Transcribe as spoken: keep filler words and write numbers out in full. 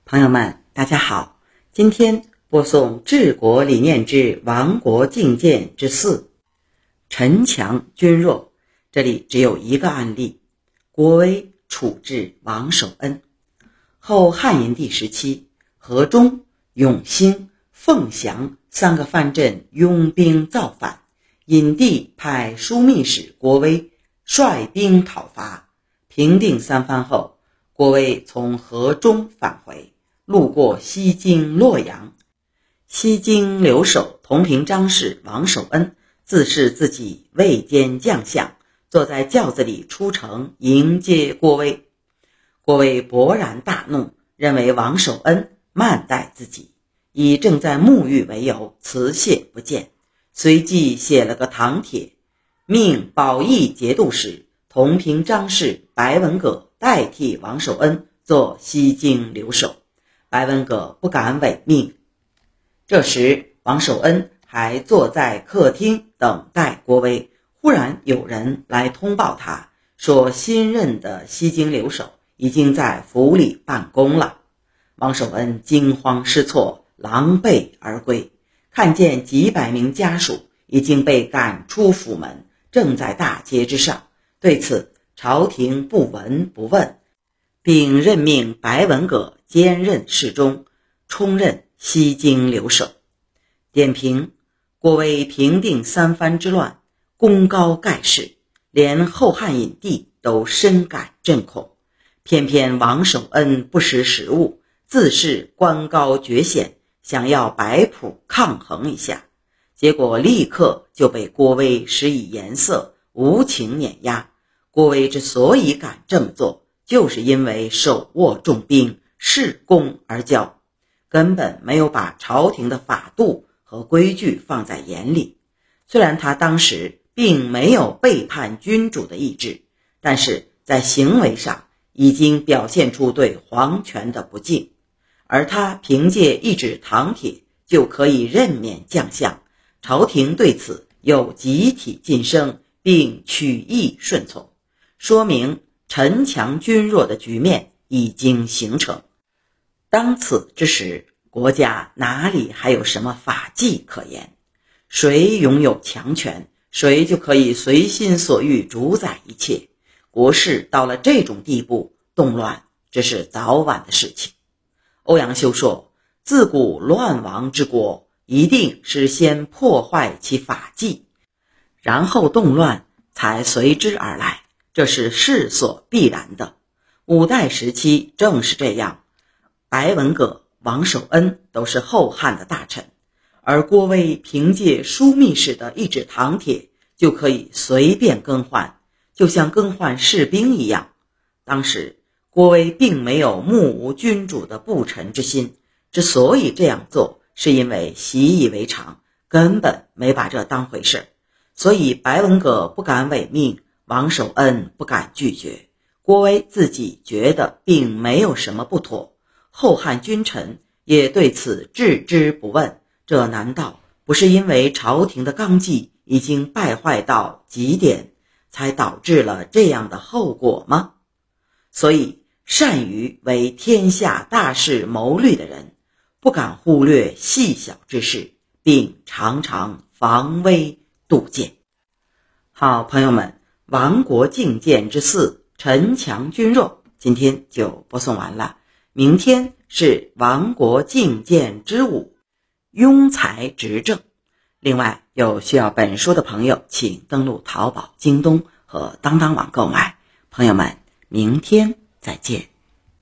朋友们，大家好，今天播送治国理念之亡国敬鉴之四，陈强君弱。这里只有一个案例，郭威处置王守恩。后汉隐帝时期，河中、永兴、凤翔三个藩镇拥兵造反，隐帝派枢密使郭威率兵讨伐，平定三藩后，郭威从河中返回，路过西京洛阳，西京留守同平章事王守恩自视自己位兼将相，坐在轿子里出城迎接郭威。郭威勃然大怒，认为王守恩慢待自己，以正在沐浴为由辞谢不见，随即写了个唐帖，命保义节度使同平章事白文葛代替王守恩做西京留守。白文葛不敢违命。这时王守恩还坐在客厅等待郭威，忽然有人来通报他，说新任的西京留守已经在府里办公了。王守恩惊慌失措，狼狈而归，看见几百名家属已经被赶出府门，正在大街之上。对此朝廷不闻不问，并任命白文葛兼任侍中，充任西京留守。点评：郭威平定三藩之乱，功高盖世，连后汉隐帝都深感震恐，偏偏王守恩不识时务，自恃官高爵显，想要摆谱抗衡一下，结果立刻就被郭威施以颜色，无情碾压。郭威之所以敢这么做，就是因为手握重兵，恃功而骄，根本没有把朝廷的法度和规矩放在眼里。虽然他当时并没有背叛君主的意志，但是在行为上已经表现出对皇权的不敬，而他凭借一纸唐帖就可以任免将相，朝廷对此又集体晋升并曲意顺从，说明陈强君弱的局面已经形成。当此之时，国家哪里还有什么法纪可言？谁拥有强权，谁就可以随心所欲主宰一切。国事到了这种地步，动乱只是早晚的事情。欧阳修说，自古乱亡之国，一定是先破坏其法纪，然后动乱才随之而来，这是势所必然的。五代时期正是这样，白文葛、王守恩都是后汉的大臣，而郭威凭借枢密使的一纸唐帖就可以随便更换，就像更换士兵一样。当时郭威并没有目无君主的不臣之心，之所以这样做，是因为习以为常，根本没把这当回事。所以白文葛不敢违命，王守恩不敢拒绝，郭威自己觉得并没有什么不妥，后汉君臣也对此置之不问，这难道不是因为朝廷的纲纪已经败坏到极点，才导致了这样的后果吗？所以善于为天下大事谋虑的人，不敢忽略细小之事，并常常防微杜渐。好，朋友们，亡国敬鉴之四，陈强君弱，今天就播送完了。明天是亡国敬鉴之五，庸才执政。另外，有需要本书的朋友，请登录淘宝、京东和当当网购买。朋友们，明天再见。